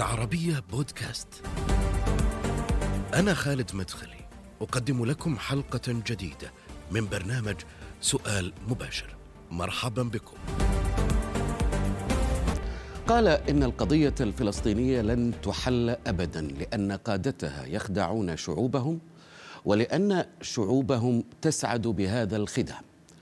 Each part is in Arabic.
العربية بودكاست. أنا خالد مدخلي أقدم لكم حلقة جديدة من برنامج سؤال مباشر. مرحبا بكم. قال إن القضية الفلسطينية لن تحل أبدا لأن قادتها يخدعون شعوبهم ولأن شعوبهم تسعد بهذا الخداع،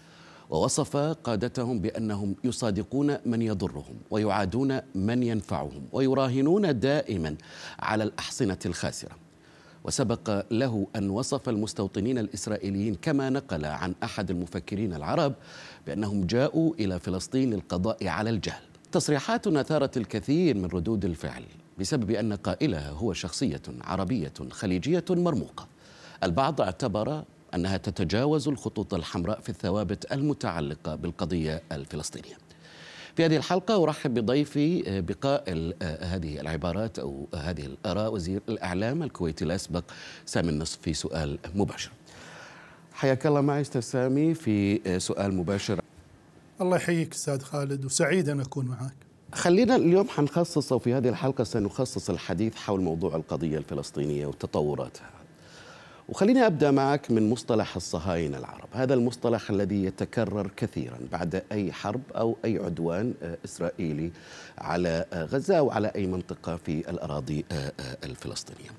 ووصف قادتهم بأنهم يصادقون من يضرهم ويعادون من ينفعهم ويراهنون دائما على الأحصنة الخاسرة. وسبق له أن وصف المستوطنين الإسرائيليين كما نقل عن أحد المفكرين العرب بأنهم جاءوا إلى فلسطين للقضاء على الجهل. تصريحات أثارت الكثير من ردود الفعل بسبب أن قائلها هو شخصية عربية خليجية مرموقة. البعض اعتبر أنها تتجاوز الخطوط الحمراء في الثوابت المتعلقة بالقضية الفلسطينية. في هذه الحلقة أرحب بضيفي بقائل هذه العبارات أو هذه الآراء، وزير الإعلام الكويتي الأسبق سامي النصف، في سؤال مباشر. حياك الله معي أستاذ سامي في سؤال مباشر. الله يحييك أستاذ خالد، وسعيد أن أكون معك. خلينا اليوم حنخصص، وفي هذه الحلقة سنخصص الحديث حول موضوع القضية الفلسطينية وتطوراتها. وخليني أبدأ معك من مصطلح الصهاينة العرب، هذا المصطلح الذي يتكرر كثيرا بعد أي حرب أو أي عدوان إسرائيلي على غزة أو على أي منطقة في الأراضي الفلسطينية.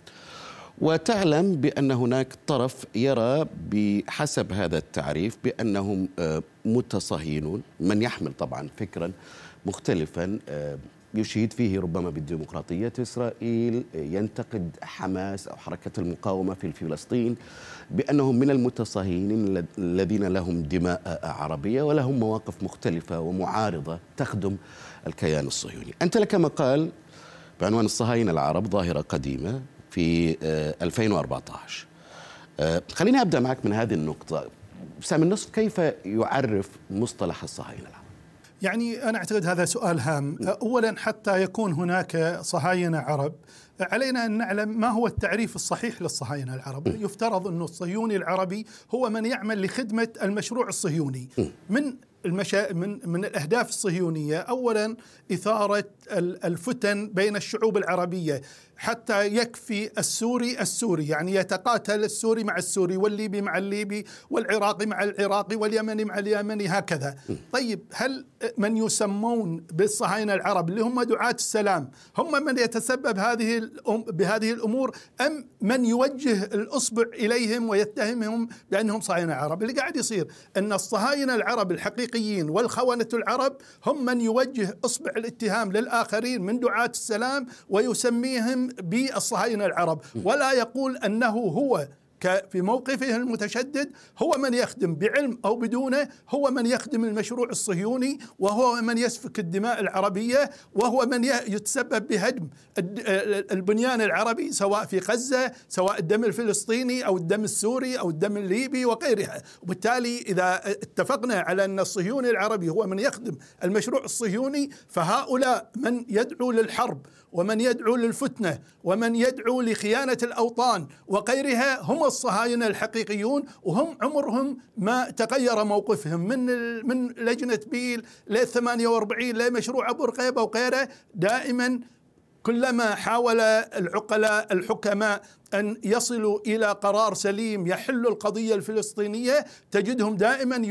وتعلم بأن هناك طرف يرى بحسب هذا التعريف بأنهم متصهينون، من يحمل طبعا فكرا مختلفا يشيد فيه ربما بالديمقراطية إسرائيل، ينتقد حماس أو حركة المقاومة في فلسطين بأنهم من المتصهينين الذين لهم دماء عربية ولهم مواقف مختلفة ومعارضة تخدم الكيان الصهيوني. أنت لك مقال بعنوان الصهاينة العرب ظاهرة قديمة في 2014. خليني أبدأ معك من هذه النقطة. سامي النصف، كيف يعرف مصطلح الصهاينة العرب؟ يعني أنا أعتقد هذا سؤال هام. أولا، حتى يكون هناك صهاينة عرب علينا أن نعلم ما هو التعريف الصحيح للصهاينة العرب. يفترض أن الصهيوني العربي هو من يعمل لخدمة المشروع الصهيوني. من الأهداف الصهيونية أولا إثارة الفتن بين الشعوب العربية حتى يكفي السوري، يعني يتقاتل السوري مع السوري والليبي مع الليبي والعراقي مع العراقي واليمني مع اليمني هكذا. طيب، هل من يسمون بالصهاينة العرب اللي هم دعاة السلام هم من يتسبب بهذه الأمور، أم من يوجه الأصبع إليهم ويتهمهم بأنهم صهاينة عرب؟ اللي قاعد يصير أن الصهاينة العرب الحقيقيين والخونة العرب هم من يوجه أصبع الاتهام للآخرين من دعاة السلام ويسميهم بالصهاينة العرب، ولا يقول أنه هو في موقفه المتشدد هو من يخدم بعلم أو بدونه، هو من يخدم المشروع الصهيوني، وهو من يسفك الدماء العربية، وهو من يتسبب بهدم البنيان العربي سواء في غزة، سواء الدم الفلسطيني أو الدم السوري أو الدم الليبي وغيرها. وبالتالي إذا اتفقنا على أن الصهيوني العربي هو من يخدم المشروع الصهيوني، فهؤلاء من يدعو للحرب ومن يدعو للفتنة ومن يدعو لخيانة الأوطان وغيرها هم الصهاينة الحقيقيون، وهم عمرهم ما تغير موقفهم من لجنة بيل ل 48 لمشروع أبو رقيبة وغيره. دائما كلما حاول العقلاء الحكماء أن يصلوا إلى قرار سليم يحل القضية الفلسطينية تجدهم دائما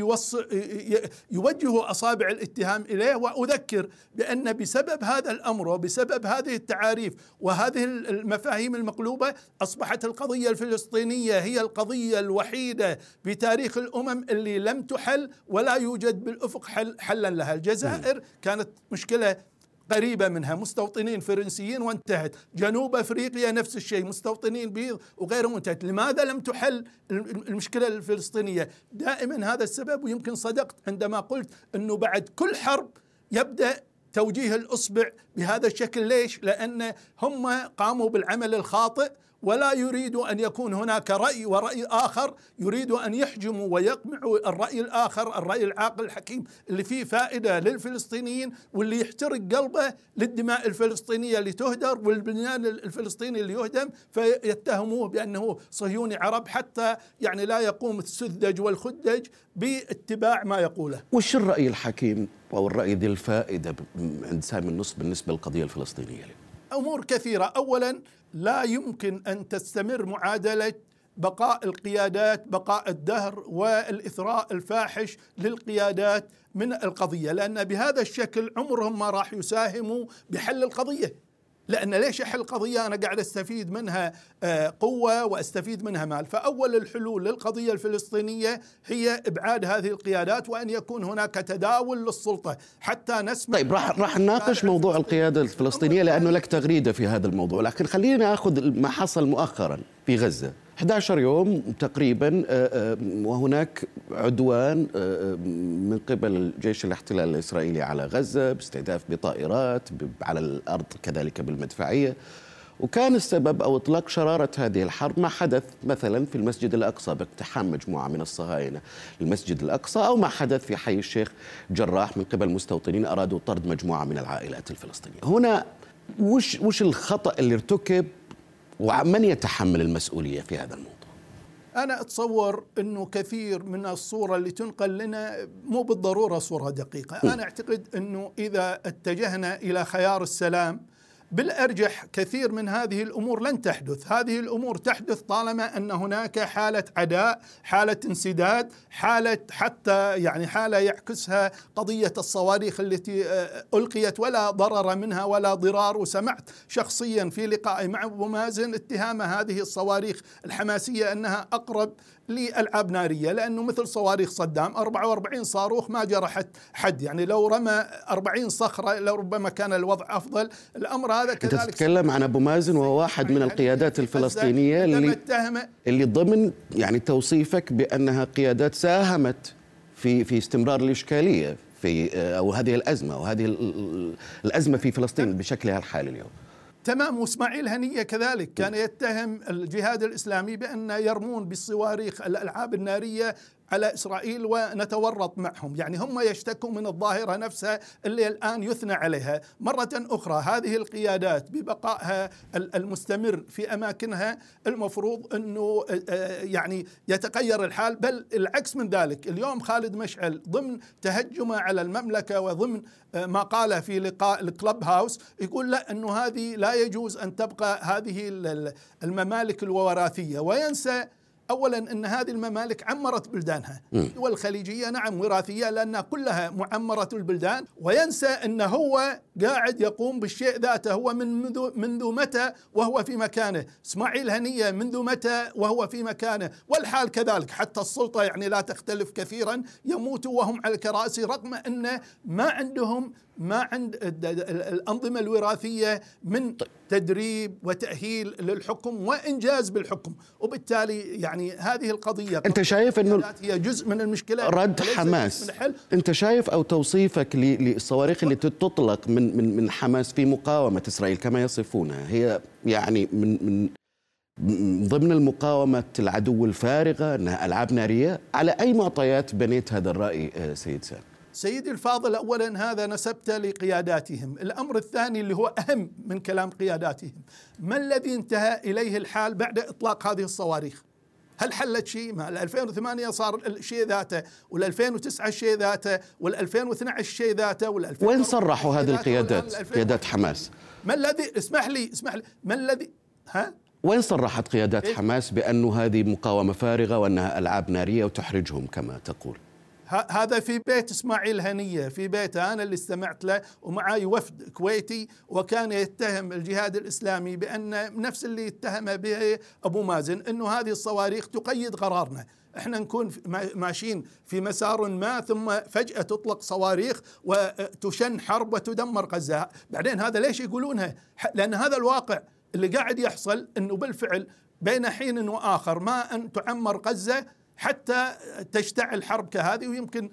يوجهوا أصابع الاتهام إليه. وأذكر بأن بسبب هذا الأمر وبسبب هذه التعاريف وهذه المفاهيم المقلوبة أصبحت القضية الفلسطينية هي القضية الوحيدة في تاريخ الأمم اللي لم تحل ولا يوجد بالأفق حلا لها. الجزائر كانت مشكلة قريبة منها، مستوطنين فرنسيين وانتهت. جنوب أفريقيا نفس الشيء، مستوطنين بيض وغيرهم وانتهت. لماذا لم تحل المشكلة الفلسطينية؟ دائما هذا السبب. ويمكن صدقت عندما قلت أنه بعد كل حرب يبدأ توجيه الأصبع بهذا الشكل. ليش؟ لأن هم قاموا بالعمل الخاطئ ولا يريدوا أن يكون هناك رأي ورأي آخر، يريدوا أن يحجموا ويقمعوا الرأي الآخر، الرأي العاقل الحكيم اللي فيه فائدة للفلسطينيين واللي يحترق قلبه للدماء الفلسطينية اللي تهدر والبنيان الفلسطيني اللي يهدم، فيتهموه بأنه صهيوني عرب حتى يعني لا يقوم السذج والخدج باتباع ما يقوله. وش الرأي الحكيم أو الرأي ذي الفائدة عند سامي النصف بالنسبة للقضية الفلسطينية؟ أمور كثيرة. أولا لا يمكن أن تستمر معادلة بقاء القيادات بقاء الدهر والإثراء الفاحش للقيادات من القضية، لأن بهذا الشكل عمرهم ما راح يساهموا بحل القضية. لأن ليش أحل قضية أنا قاعد أستفيد منها قوة وأستفيد منها مال؟ فأول الحلول للقضية الفلسطينية هي إبعاد هذه القيادات، وأن يكون هناك تداول للسلطة حتى نسمع. طيب راح نناقش موضوع القيادة الفلسطينية لأنه لك تغريدة في هذا الموضوع، لكن خلينا نأخذ ما حصل مؤخرا في غزة. 11 يوم تقريبا وهناك عدوان من قبل الجيش الاحتلال الإسرائيلي على غزة باستهداف بطائرات على الأرض كذلك بالمدفعية، وكان السبب أو إطلاق شرارة هذه الحرب ما حدث مثلا في المسجد الأقصى باقتحام مجموعة من الصهاينة المسجد الأقصى، أو ما حدث في حي الشيخ جراح من قبل مستوطنين أرادوا طرد مجموعة من العائلات الفلسطينية. هنا وش الخطأ اللي ارتكب ومن يتحمل المسؤولية في هذا الموضوع؟ أنا أتصور أنه كثير من الصورة اللي تنقل لنا مو بالضرورة صورة دقيقة. أنا أعتقد أنه إذا اتجهنا إلى خيار السلام بالأرجح كثير من هذه الأمور لن تحدث. هذه الأمور تحدث طالما أن هناك حالة عداء، حالة انسداد، حالة حتى يعني حالة يعكسها قضية الصواريخ التي ألقيت ولا ضرر منها ولا ضرار. وسمعت شخصيا في لقائي مع أبو مازن اتهام هذه الصواريخ الحماسية أنها أقرب لألعاب نارية، لأنه مثل صواريخ صدام 44 صاروخ ما جرحت حد، يعني لو رمى 40 صخرة لربما كان الوضع أفضل. الأمر هذا كذلك. أنت تتكلم عن أبو مازن وهو واحد من القيادات الفلسطينية اللي ضمن يعني توصيفك بأنها قيادات ساهمت في استمرار الإشكالية في أو هذه الأزمة وهذه الأزمة في فلسطين بشكلها الحالي اليوم. تمام. واسماعيل هنية كذلك كان يتهم الجهاد الإسلامي بأن يرمون بالصواريخ الألعاب النارية على إسرائيل ونتورط معهم، يعني هم يشتكوا من الظاهرة نفسها اللي الآن يثنى عليها. مرة أخرى هذه القيادات ببقائها المستمر في أماكنها المفروض أنه يعني يتغير الحال، بل العكس من ذلك. اليوم خالد مشعل ضمن تهجمه على المملكة وضمن ما قال في لقاء الكلب هاوس يقول لا، أنه هذه لا يجوز أن تبقى هذه الممالك الوراثية، وينسى أولا أن هذه الممالك عمرت بلدانها. الدول الخليجية نعم وراثية لأنها كلها معمرة البلدان، وينسى أنه هو قاعد يقوم بالشيء ذاته. هو منذ متى وهو في مكانه؟ إسماعيل هنية منذ متى وهو في مكانه؟ والحال كذلك. حتى السلطة يعني لا تختلف كثيرا، يموتوا وهم على الكراسي، رغم أن ما عند الأنظمة الوراثية من تدريب وتأهيل للحكم وإنجاز بالحكم. وبالتالي يعني هذه القضية أنت شايف أنه هي جزء من المشكلة رد حماس؟ أنت شايف أو توصيفك للصواريخ اللي تطلق من حماس في مقاومة إسرائيل كما يصفونها هي يعني من ضمن المقاومة العدو الفارغة، أنها ألعاب نارية؟ على أي معطيات بنيت هذا الرأي سيد سام؟ سيدي الفاضل، أولا هذا نسبت لقياداتهم. الأمر الثاني اللي هو أهم من كلام قياداتهم، ما الذي انتهى إليه الحال بعد إطلاق هذه الصواريخ؟ هل حلت شيء؟ ما 2008 صار الشيء ذاته، وال2009 الشيء ذاته، وال2012 الشيء ذاته، وين صرحوا هذه القيادات قيادات حماس؟ ما الذي اسمح لي ما الذي وين صرحت قيادات حماس بأنه هذه مقاومة فارغة وأنها ألعاب نارية وتحرجهم كما تقول؟ هذا في بيت إسماعيل هنية، في بيته أنا اللي استمعت له، ومعي وفد كويتي، وكان يتهم الجهاد الإسلامي بأن نفس اللي اتهم به أبو مازن، أنه هذه الصواريخ تقيد قرارنا. احنا نكون ماشيين في مسار ما، ثم فجأة تطلق صواريخ وتشن حرب وتدمر غزة. بعدين هذا ليش يقولونها؟ لأن هذا الواقع اللي قاعد يحصل، أنه بالفعل بين حين وآخر ما أن تعمر غزة حتى تشتعل حرب كهذه. ويمكن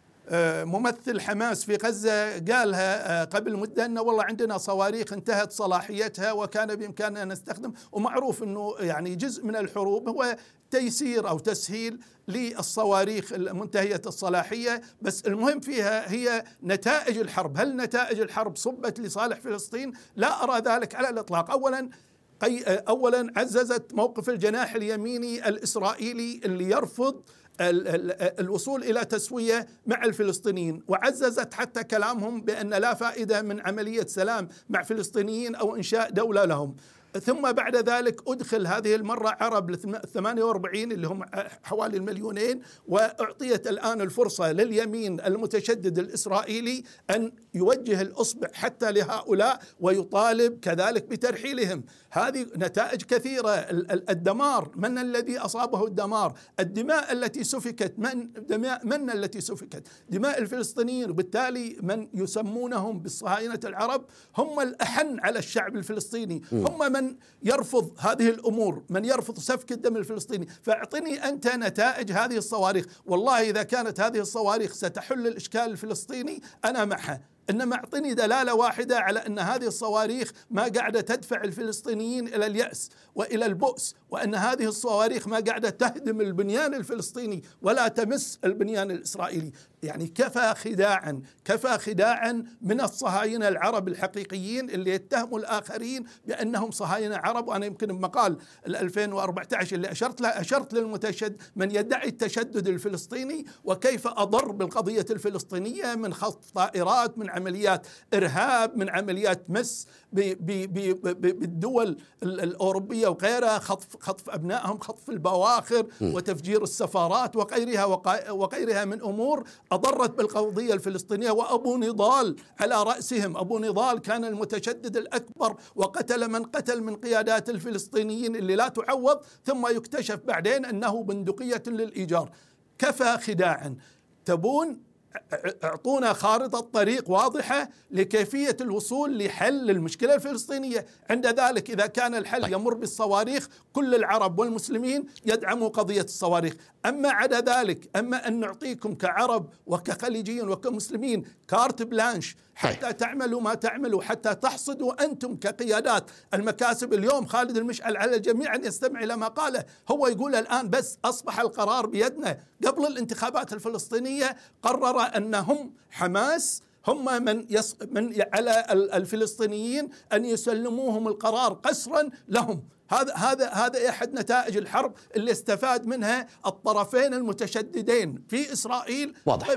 ممثل حماس في غزة قالها قبل مدة أنه والله عندنا صواريخ انتهت صلاحيتها وكان بإمكاننا أن نستخدم. ومعروف أنه يعني جزء من الحروب هو تيسير أو تسهيل للصواريخ المنتهية الصلاحية، بس المهم فيها هي نتائج الحرب. هل نتائج الحرب صبت لصالح فلسطين؟ لا أرى ذلك على الإطلاق. أولا أولا عززت موقف الجناح اليميني الإسرائيلي اللي يرفض الوصول إلى تسوية مع الفلسطينيين، وعززت حتى كلامهم بأن لا فائدة من عملية سلام مع فلسطينيين أو إنشاء دولة لهم. ثم بعد ذلك أدخل هذه المرة عرب 48 اللي هم حوالي 2,000,000، وأعطيت الآن الفرصة لليمين المتشدد الإسرائيلي أن يوجه الأصبع حتى لهؤلاء ويطالب كذلك بترحيلهم. هذه نتائج كثيرة. الدمار، من الذي أصابه الدمار؟ الدماء التي سفكت، من التي سفكت؟ دماء الفلسطينيين، وبالتالي من يسمونهم بالصهاينة العرب هم الأحن على الشعب الفلسطيني، هم من يرفض هذه الأمور، من يرفض سفك الدم الفلسطيني. فاعطني أنت نتائج هذه الصواريخ، والله إذا كانت هذه الصواريخ ستحل الإشكال الفلسطيني أنا معها، إنما اعطني دلالة واحدة على أن هذه الصواريخ ما قاعدة تدفع الفلسطينيين إلى اليأس وإلى البؤس، وأن هذه الصواريخ ما قاعدة تهدم البنيان الفلسطيني ولا تمس البنيان الإسرائيلي. يعني كفى خداعا من الصهاينة العرب الحقيقيين اللي يتهموا الآخرين بأنهم صهاينة عرب. وأنا يمكن بمقال 2014 اللي أشرت للمتشدد من يدعي التشدد الفلسطيني وكيف أضر بالقضية الفلسطينية من خطف طائرات، من عمليات إرهاب، من عمليات مس بالدول الأوروبية وغيرها، خطف أبنائهم، خطف البواخر وتفجير السفارات وغيرها من أمور أضرت بالقضية الفلسطينية. وأبو نضال على رأسهم. أبو نضال كان المتشدد الأكبر وقتل من قتل من قيادات الفلسطينيين اللي لا تعوض، ثم يكتشف بعدين أنه بندقية للإيجار. كفى خداعا. تبون اعطونا خارطة طريق واضحة لكيفية الوصول لحل المشكلة الفلسطينية. عند ذلك إذا كان الحل يمر بالصواريخ، كل العرب والمسلمين يدعموا قضية الصواريخ. أما عدا ذلك، أما أن نعطيكم كعرب وكخليجيين وكمسلمين كارت بلانش حتى تعملوا ما تعملوا، حتى تحصدوا أنتم كقيادات المكاسب. اليوم خالد المشعل على الجميع أن يستمع إلى ما قاله. هو يقول الآن بس أصبح القرار بيدنا. قبل الانتخابات الفلسطينية قرر أنهم حماس هم من على الفلسطينيين أن يسلموهم القرار قسرا لهم. هذا أحد نتائج الحرب اللي استفاد منها الطرفين المتشددين في إسرائيل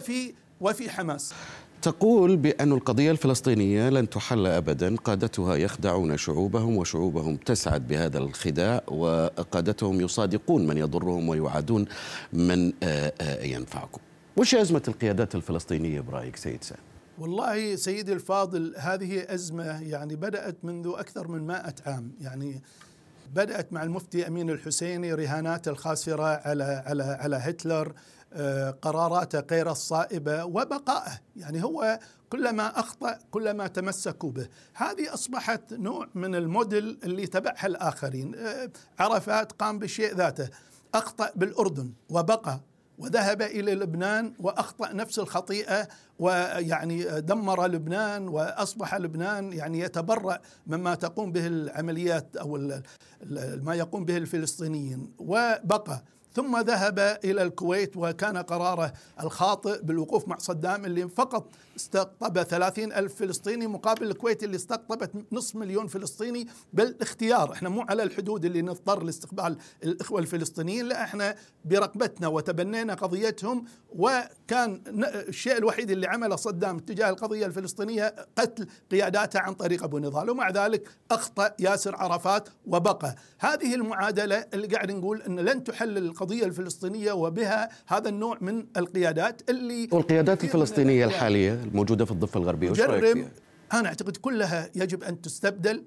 وفي حماس. تقول بأن القضية الفلسطينية لن تحل أبدا، قادتها يخدعون شعوبهم وشعوبهم تسعد بهذا الخداع، وقادتهم يصادقون من يضرهم ويعادون من ينفعكم. وش أزمة القيادات الفلسطينية برأيك سيد سام؟ والله سيدي الفاضل، هذه أزمة يعني بدأت منذ أكثر من 100 عام. يعني بدأت مع المفتي أمين الحسيني، رهانات الخاسرة على هتلر، قراراته غير الصائبة وبقائه. يعني هو كلما أخطأ كلما تمسكوا به. هذه أصبحت نوع من الموديل اللي تبعها الآخرين. عرفات قام بالشيء ذاته، أخطأ بالأردن وبقى، وذهب إلى لبنان وأخطأ نفس الخطيئة، ويعني دمر لبنان، وأصبح لبنان يعني يتبرأ مما تقوم به العمليات أو ما يقوم به الفلسطينيين وبقى. ثم ذهب إلى الكويت، وكان قراره الخاطئ بالوقوف مع صدام اللي فقط استقطب 30,000 فلسطيني مقابل الكويت اللي استقطبت 500,000 فلسطيني بالاختيار. احنا مو على الحدود اللي نضطر لاستقبال الإخوة الفلسطينيين، لا احنا برغبتنا وتبنينا قضيتهم. وكان الشيء الوحيد اللي عمله صدام تجاه القضية الفلسطينية قتل قياداتها عن طريق أبو نضال، ومع ذلك أخطأ ياسر عرفات وبقى. هذه المعادلة اللي قاعد نقول أن لن تحل القضية الفلسطينية وبها هذا النوع من القيادات والقيادات الفلسطينية الحالية الموجودة في الضفة الغربية. أنا أعتقد كلها يجب أن تستبدل،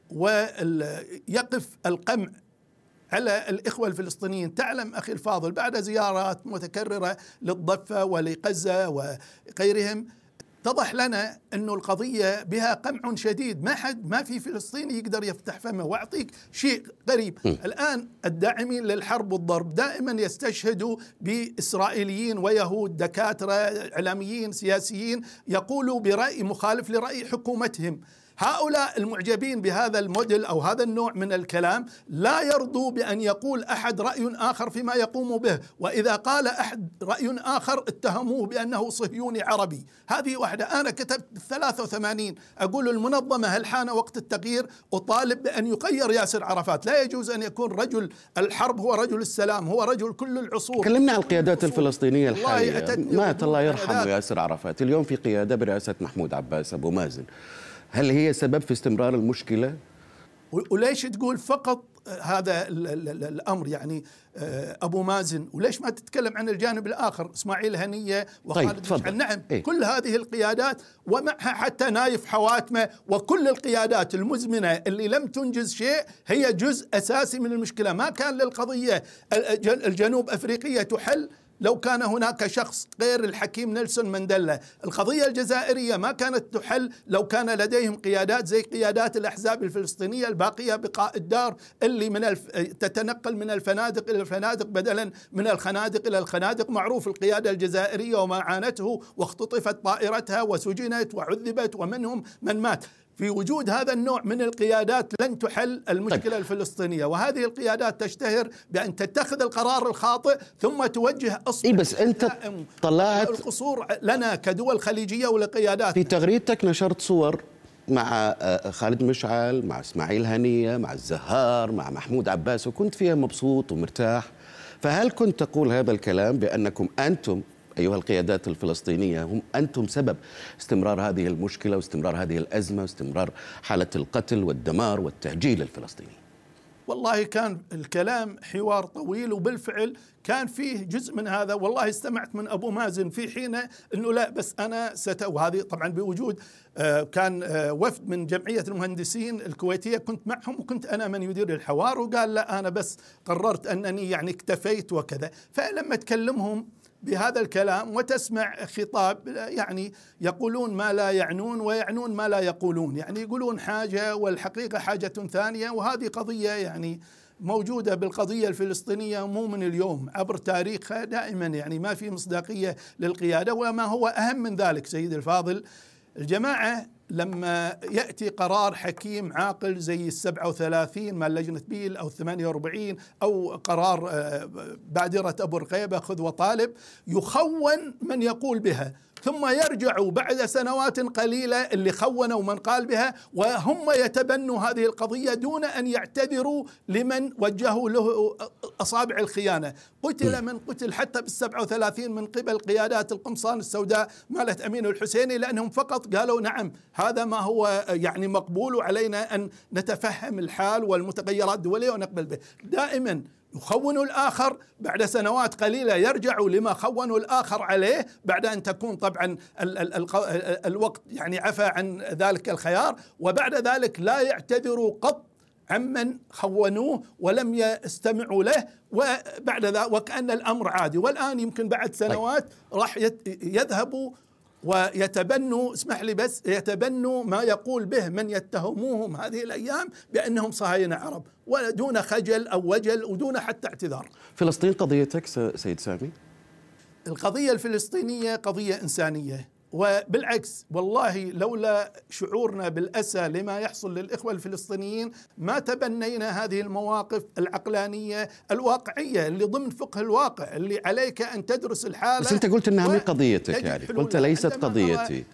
ويقف القمع على الإخوة الفلسطينيين. تعلم أخي الفاضل، بعد زيارات متكررة للضفة ولغزة وغيرهم، اتضح لنا أن القضية بها قمع شديد. ما في فلسطيني يقدر يفتح فمه. وأعطيك شيء غريب، الآن الداعمين للحرب والضرب دائما يستشهدوا بإسرائيليين ويهود، دكاترة، إعلاميين، سياسيين، يقولوا برأي مخالف لرأي حكومتهم. هؤلاء المعجبين بهذا الموديل أو هذا النوع من الكلام لا يرضوا بأن يقول أحد رأي آخر فيما يقوم به، وإذا قال أحد رأي آخر اتهموه بأنه صهيوني عربي. هذه واحدة. أنا كتبت 83 أقول المنظمة هل حان وقت التغيير، أطالب بأن يغير ياسر عرفات. لا يجوز أن يكون رجل الحرب هو رجل السلام، هو رجل كل العصور. كلمنا عن القيادات الفلسطينية الحالية. مات الله يرحمه ياسر عرفات، اليوم في قيادة برئاسة محمود عباس أبو مازن، هل هي سبب في استمرار المشكلة؟ وليش تقول فقط هذا الأمر يعني أبو مازن، وليش ما تتكلم عن الجانب الآخر، إسماعيل هنية وخالد مشعل؟ نعم، كل هذه القيادات ومعها حتى نايف حواتمة وكل القيادات المزمنة اللي لم تنجز شيء هي جزء أساسي من المشكلة. ما كان للقضية الجنوب أفريقية تحل لو كان هناك شخص غير الحكيم نيلسون مانديلا. القضية الجزائرية ما كانت تحل لو كان لديهم قيادات زي قيادات الأحزاب الفلسطينية الباقية بقاء الدار اللي تتنقل من الفنادق إلى الفنادق بدلا من الخنادق إلى الخنادق. معروف القيادة الجزائرية وما عانته، واختطفت طائرتها وسجنت وعذبت ومنهم من مات. في وجود هذا النوع من القيادات لن تحل المشكلة الفلسطينية، وهذه القيادات تشتهر بأن تتخذ القرار الخاطئ ثم توجه أصبع بس أنت طلعت القصور لنا كدول خليجية ولقيادات. في تغريدتك نشرت صور مع خالد مشعل، مع إسماعيل هنية، مع الزهار، مع محمود عباس، وكنت فيها مبسوط ومرتاح. فهل كنت تقول هذا الكلام بأنكم أنتم أيها القيادات الفلسطينية أنتم سبب استمرار هذه المشكلة واستمرار هذه الأزمة واستمرار حالة القتل والدمار والتهجير الفلسطيني؟ والله كان الكلام حوار طويل، وبالفعل كان فيه جزء من هذا. والله استمعت من أبو مازن في حين أنه لا بس أنا وهذه طبعا بوجود كان وفد من جمعية المهندسين الكويتية، كنت معهم وكنت أنا من يدير الحوار، وقال لا أنا بس قررت أنني يعني اكتفيت وكذا. فلما تكلمهم بهذا الكلام وتسمع خطاب يعني يقولون ما لا يعنون ويعنون ما لا يقولون، يعني يقولون حاجة والحقيقة حاجة ثانية. وهذه قضية يعني موجودة بالقضية الفلسطينية مو من اليوم، عبر تاريخها دائما، يعني ما في مصداقية للقيادة. وما هو أهم من ذلك سيد الفاضل، الجماعة لما يأتي قرار حكيم عاقل زي 37 مال لجنة بيل أو 48 أو قرار بادرة أبو رقيبة خذ وطالب، يخون من يقول بها، ثم يرجعوا بعد سنوات قليلة اللي خونوا من قال بها وهم يتبنوا هذه القضية دون أن يعتذروا لمن وجهوا له أصابع الخيانة. قتل من قتل حتى بال37 من قبل قيادات القمصان السوداء مالت أمين الحسيني، لأنهم فقط قالوا نعم هذا ما هو يعني مقبول وعلينا أن نتفهم الحال والمتغيرات الدولية ونقبل به. دائما يخونوا الآخر، بعد سنوات قليلة يرجعوا لما خونوا الآخر عليه بعد أن تكون طبعا الوقت يعني عفى عن ذلك الخيار، وبعد ذلك لا يعتذروا قط عمن خونوه ولم يستمعوا له، وبعد ذلك وكأن الأمر عادي. والآن يمكن بعد سنوات راح يذهبوا ويتبنوا، اسمح لي بس، يتبنوا ما يقول به من يتهموهم هذه الأيام بأنهم صهاينة عرب، ودون خجل أو وجل ودون حتى اعتذار. فلسطين قضيتك سيد سامي؟ القضية الفلسطينية قضية إنسانية، وبالعكس والله لولا شعورنا بالأسى لما يحصل للإخوة الفلسطينيين ما تبنينا هذه المواقف العقلانية الواقعية اللي ضمن فقه الواقع، اللي عليك أن تدرس الحالة. بس أنت قلت أنها مو قضيتك، يعني قلت ليست قضيتي.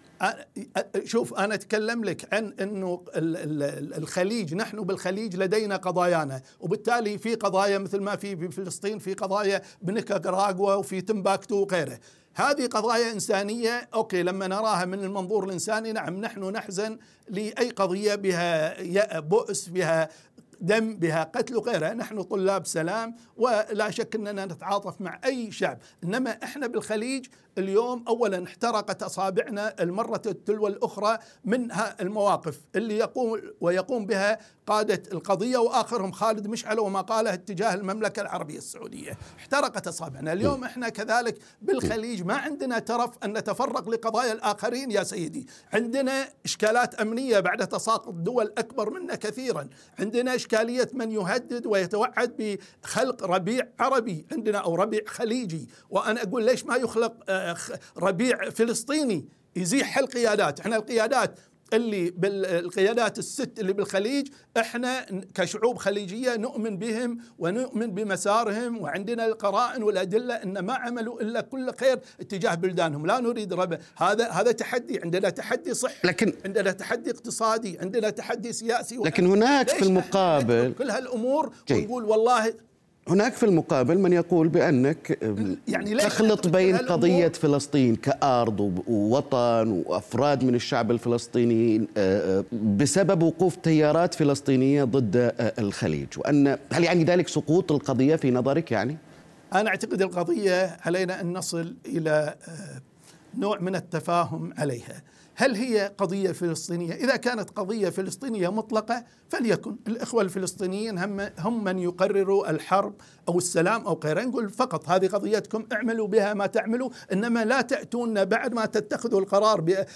شوف أنا أتكلم لك عن أنه الخليج، نحن بالخليج لدينا قضايانا، وبالتالي في قضايا مثل ما في فلسطين، في قضايا بنيكاراغوا وفي تمباكتو وغيره. هذه قضايا إنسانية، أوكي، لما نراها من المنظور الإنساني نعم نحن نحزن لأي قضية بها بؤس، بها دم، بها قتل وغيرها. نحن طلاب سلام ولا شك أننا نتعاطف مع أي شعب، إنما إحنا بالخليج اليوم أولا احترقت أصابعنا المرة تلو الأخرى من المواقف اللي يقوم بها قادة القضية، وآخرهم خالد مشعل وما قاله اتجاه المملكة العربية السعودية. احترقت أصابعنا. اليوم احنا كذلك بالخليج ما عندنا ترف أن نتفرغ لقضايا الآخرين يا سيدي. عندنا إشكالات أمنية بعد تساقط دول أكبر منا كثيرا، عندنا إشكالية من يهدد ويتوعد بخلق ربيع عربي عندنا أو ربيع خليجي. وأنا أقول ليش ما يخلق ربيع فلسطيني يزيح القيادات؟ احنا القيادات اللي بالقيادات الست اللي بالخليج احنا كشعوب خليجيه نؤمن بهم ونؤمن بمسارهم، وعندنا القرائن والادله ان ما عملوا الا كل خير اتجاه بلدانهم، لا نريد ربع. هذا تحدي، عندنا تحدي صحي، لكن عندنا تحدي اقتصادي، عندنا تحدي سياسي، لكن هناك في المقابل كل هالامور ونقول والله. هناك في المقابل من يقول بأنك يعني تخلط بين قضية فلسطين كأرض ووطن وأفراد من الشعب الفلسطيني بسبب وقوف تيارات فلسطينية ضد الخليج، وأن هل يعني ذلك سقوط القضية في نظرك؟ يعني أنا أعتقد القضية علينا أن نصل إلى نوع من التفاهم عليها. هل هي قضية فلسطينية؟ إذا كانت قضية فلسطينية مطلقة فليكن الإخوة الفلسطينيين هم من يقرروا الحرب أو السلام أو غيره، نقول فقط هذه قضيتكم، اعملوا بها ما تعملوا، إنما لا تأتون بعد ما تتخذوا القرار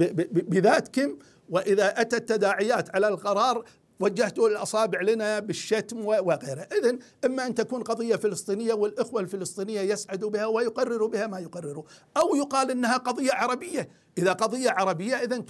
بذاتكم، وإذا أتت تداعيات على القرار وجهتوا الأصابع لنا بالشتم وغيره. إذن إما أن تكون قضية فلسطينية والإخوة الفلسطينية يسعدوا بها ويقرروا بها ما يقرروا، أو يقال إنها قضية عربية. إذا قضية عربية إذن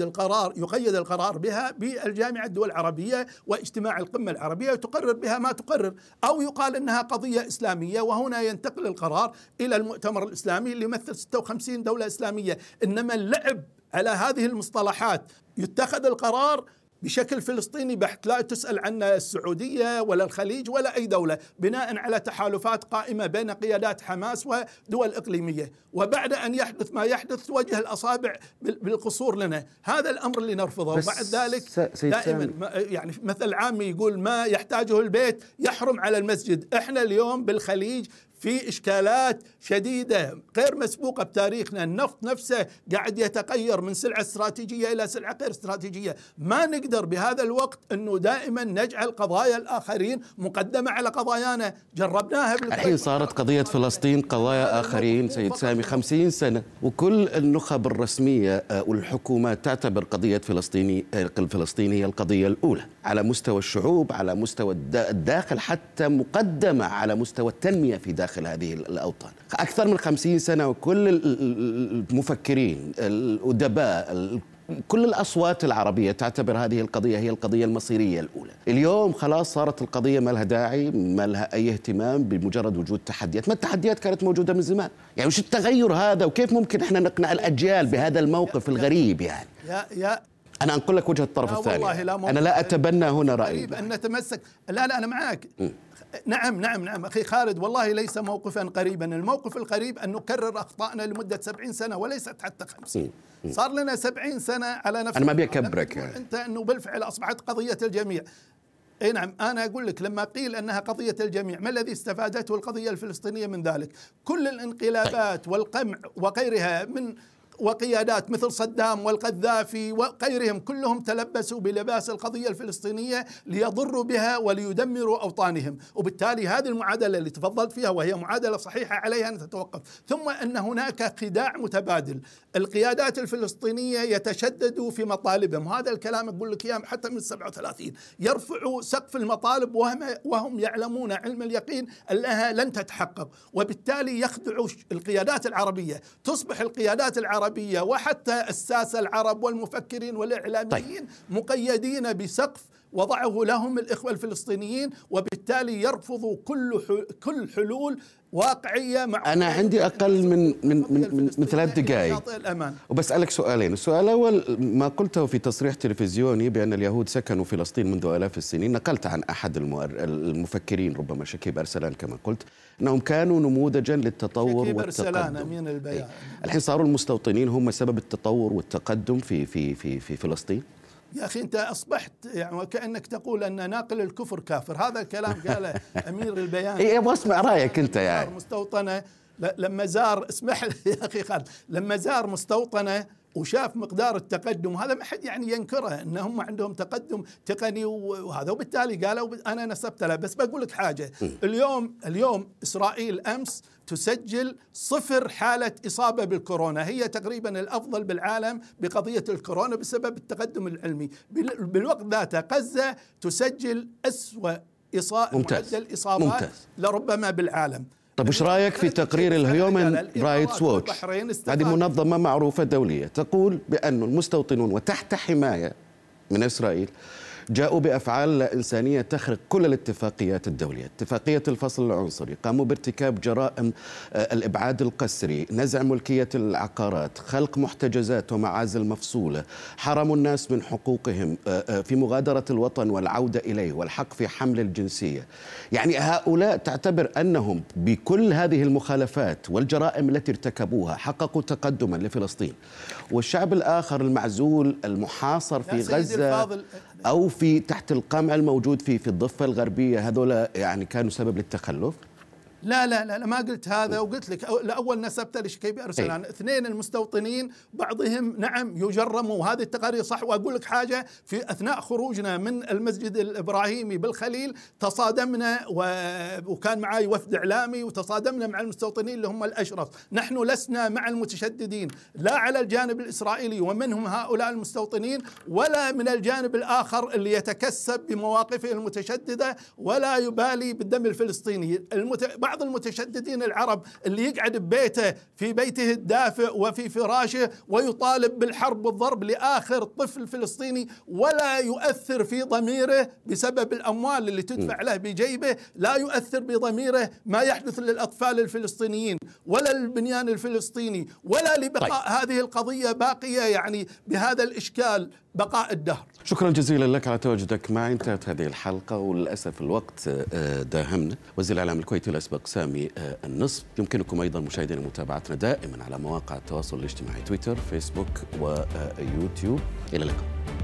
يقيد القرار بها بالجامعة الدول العربية واجتماع القمة العربية وتقرر بها ما تقرر، أو يقال إنها قضية إسلامية وهنا ينتقل القرار إلى المؤتمر الإسلامي اللي يمثل 56 دولة إسلامية. إنما اللعب على هذه المصطلحات، يتخذ القرار بشكل فلسطيني بحت، لا تسأل عن السعودية ولا الخليج ولا أي دولة، بناء على تحالفات قائمة بين قيادات حماس ودول إقليمية، وبعد أن يحدث ما يحدث توجه الأصابع بالقصور لنا. هذا الأمر اللي نرفضه. وبعد ذلك دائما يعني مثل عامي يقول ما يحتاجه البيت يحرم على المسجد. احنا اليوم بالخليج في إشكالات شديدة غير مسبوقة بتاريخنا، النفط نفسه قاعد يتغير من سلعة استراتيجية إلى سلعة غير استراتيجية. ما نقدر بهذا الوقت أنه دائما نجعل قضايا الآخرين مقدمة على قضايانا، جربناها الحين صارت قضية فلسطين قضايا آخرين سيد سامي 50 سنة، وكل النخب الرسمية والحكومات تعتبر قضية فلسطين هي القضية الأولى على مستوى الشعوب، على مستوى الداخل، حتى مقدمة على مستوى التنمية في داخل هذه الأوطان. أكثر من 50 سنة وكل المفكرين الأدباء كل الأصوات العربية تعتبر هذه القضية هي القضية المصيرية الأولى. اليوم خلاص صارت القضية ما لها داعي، ما لها أي اهتمام بمجرد وجود تحديات. ما التحديات كانت موجودة من زمان، يعني وش التغير هذا؟ وكيف ممكن إحنا نقنع الأجيال بهذا الموقف الغريب؟ يعني أنا أنقل لك وجه الطرف الثاني، أنا لا أتبنى هنا رأيي أن نتمسك. لا أنا معك. نعم أخي خالد، والله ليس موقفا قريبا. الموقف القريب أن نكرر أخطائنا لمدة 70 سنة وليست حتى 50. صار لنا 70 سنة على نفس. أنا ما بيكبرك يعني. أنت أنه بالفعل أصبحت قضية الجميع. أي نعم، أنا أقول لك لما قيل أنها قضية الجميع، ما الذي استفادته القضية الفلسطينية من ذلك؟ كل الانقلابات والقمع وغيرها من وقيادات مثل صدام والقذافي وغيرهم كلهم تلبسوا بلباس القضية الفلسطينية ليضروا بها وليدمروا أوطانهم. وبالتالي هذه المعادلة اللي تفضلت فيها وهي معادلة صحيحة عليها أن تتوقف. ثم أن هناك خداع متبادل، القيادات الفلسطينية يتشددوا في مطالبهم، وهذا الكلام أقول لك إياه حتى من 37 يرفعوا سقف المطالب وهم يعلمون علم اليقين أنها لن تتحقق، وبالتالي يخدعوا القيادات العربية. تصبح القيادات العربية وحتى الساسة العرب والمفكرين والإعلاميين مقيدين بسقف وضعه لهم الإخوة الفلسطينيين، وبالتالي يرفضوا كل حلول واقعية. مع أنا عندي أقل من 3 دقائق وبسألك سؤالين. السؤال الأول ما قلته في تصريح تلفزيوني بأن اليهود سكنوا فلسطين منذ آلاف السنين، نقلت عن أحد المفكرين ربما شكيب أرسلان كما قلت أنهم كانوا نموذجا للتطور والتقدم. أمين البيان. الحين صاروا المستوطنين هم سبب التطور والتقدم في فلسطين. يا أخي أنت أصبحت يعني وكأنك تقول أن ناقل الكفر كافر. هذا الكلام قاله أمير البيان. إيه واسمع رأيك أنت يعني. مستوطنة لما زار، اسمح لي يا أخي خالد، لما زار مستوطنة وشاف مقدار التقدم، هذا ما حد يعني ينكره ان هم عندهم تقدم تقني وهذا، وبالتالي قالوا انا نسبت له. بس بقول لك حاجه، اليوم اسرائيل امس تسجل 0 حالة إصابة بالكورونا، هي تقريبا الأفضل بالعالم بقضية الكورونا بسبب التقدم العلمي. بالوقت ذاته غزة تسجل أسوأ معدل إصابات لربما بالعالم. طب وش رايك في تقرير الهيومن رايتس ووتش؟ هذه منظمة معروفة دولية تقول بأن المستوطنون وتحت حماية من إسرائيل جاءوا بأفعال لا إنسانية تخرق كل الاتفاقيات الدولية. اتفاقية الفصل العنصري، قاموا بارتكاب جرائم الإبعاد القسري، نزع ملكية العقارات، خلق محتجزات ومعازل مفصولة، حرموا الناس من حقوقهم في مغادرة الوطن والعودة إليه، والحق في حمل الجنسية. يعني هؤلاء تعتبر أنهم بكل هذه المخالفات والجرائم التي ارتكبوها حققوا تقدما لفلسطين، والشعب الآخر المعزول المحاصر في غزة أو في تحت القمع الموجود في الضفة الغربية، هذولا يعني كانوا سبب للتخلف؟ لا لا لا ما قلت هذا، وقلت لك الأول نسبت لشكيبي أرسلان. اثنين المستوطنين بعضهم نعم يجرموا، وهذه التقارير صح. وأقول لك حاجة، في أثناء خروجنا من المسجد الإبراهيمي بالخليل تصادمنا وكان معي وفد إعلامي، وتصادمنا مع المستوطنين اللي هم الأشرف. نحن لسنا مع المتشددين لا على الجانب الإسرائيلي ومنهم هؤلاء المستوطنين، ولا من الجانب الآخر اللي يتكسب بمواقفه المتشددة ولا يبالي بالدم الفلسطيني. بعض المتشددين العرب اللي يقعد ببيته في بيته الدافئ وفي فراشه ويطالب بالحرب والضرب لآخر طفل فلسطيني ولا يؤثر في ضميره بسبب الأموال اللي تدفع له بجيبه، لا يؤثر بضميره ما يحدث للأطفال الفلسطينيين ولا للبنيان الفلسطيني ولا لبقاء هذه القضية باقية يعني بهذا الإشكال بقاء الدهر. شكرا جزيلا لك على تواجدك معي. انتهت هذه الحلقة وللأسف الوقت داهمنا. وزير الإعلام الكويتي الأسبق سامي النصف. يمكنكم أيضا مشاهدينا متابعتنا دائما على مواقع التواصل الاجتماعي تويتر، فيسبوك ويوتيوب. إلى اللقاء.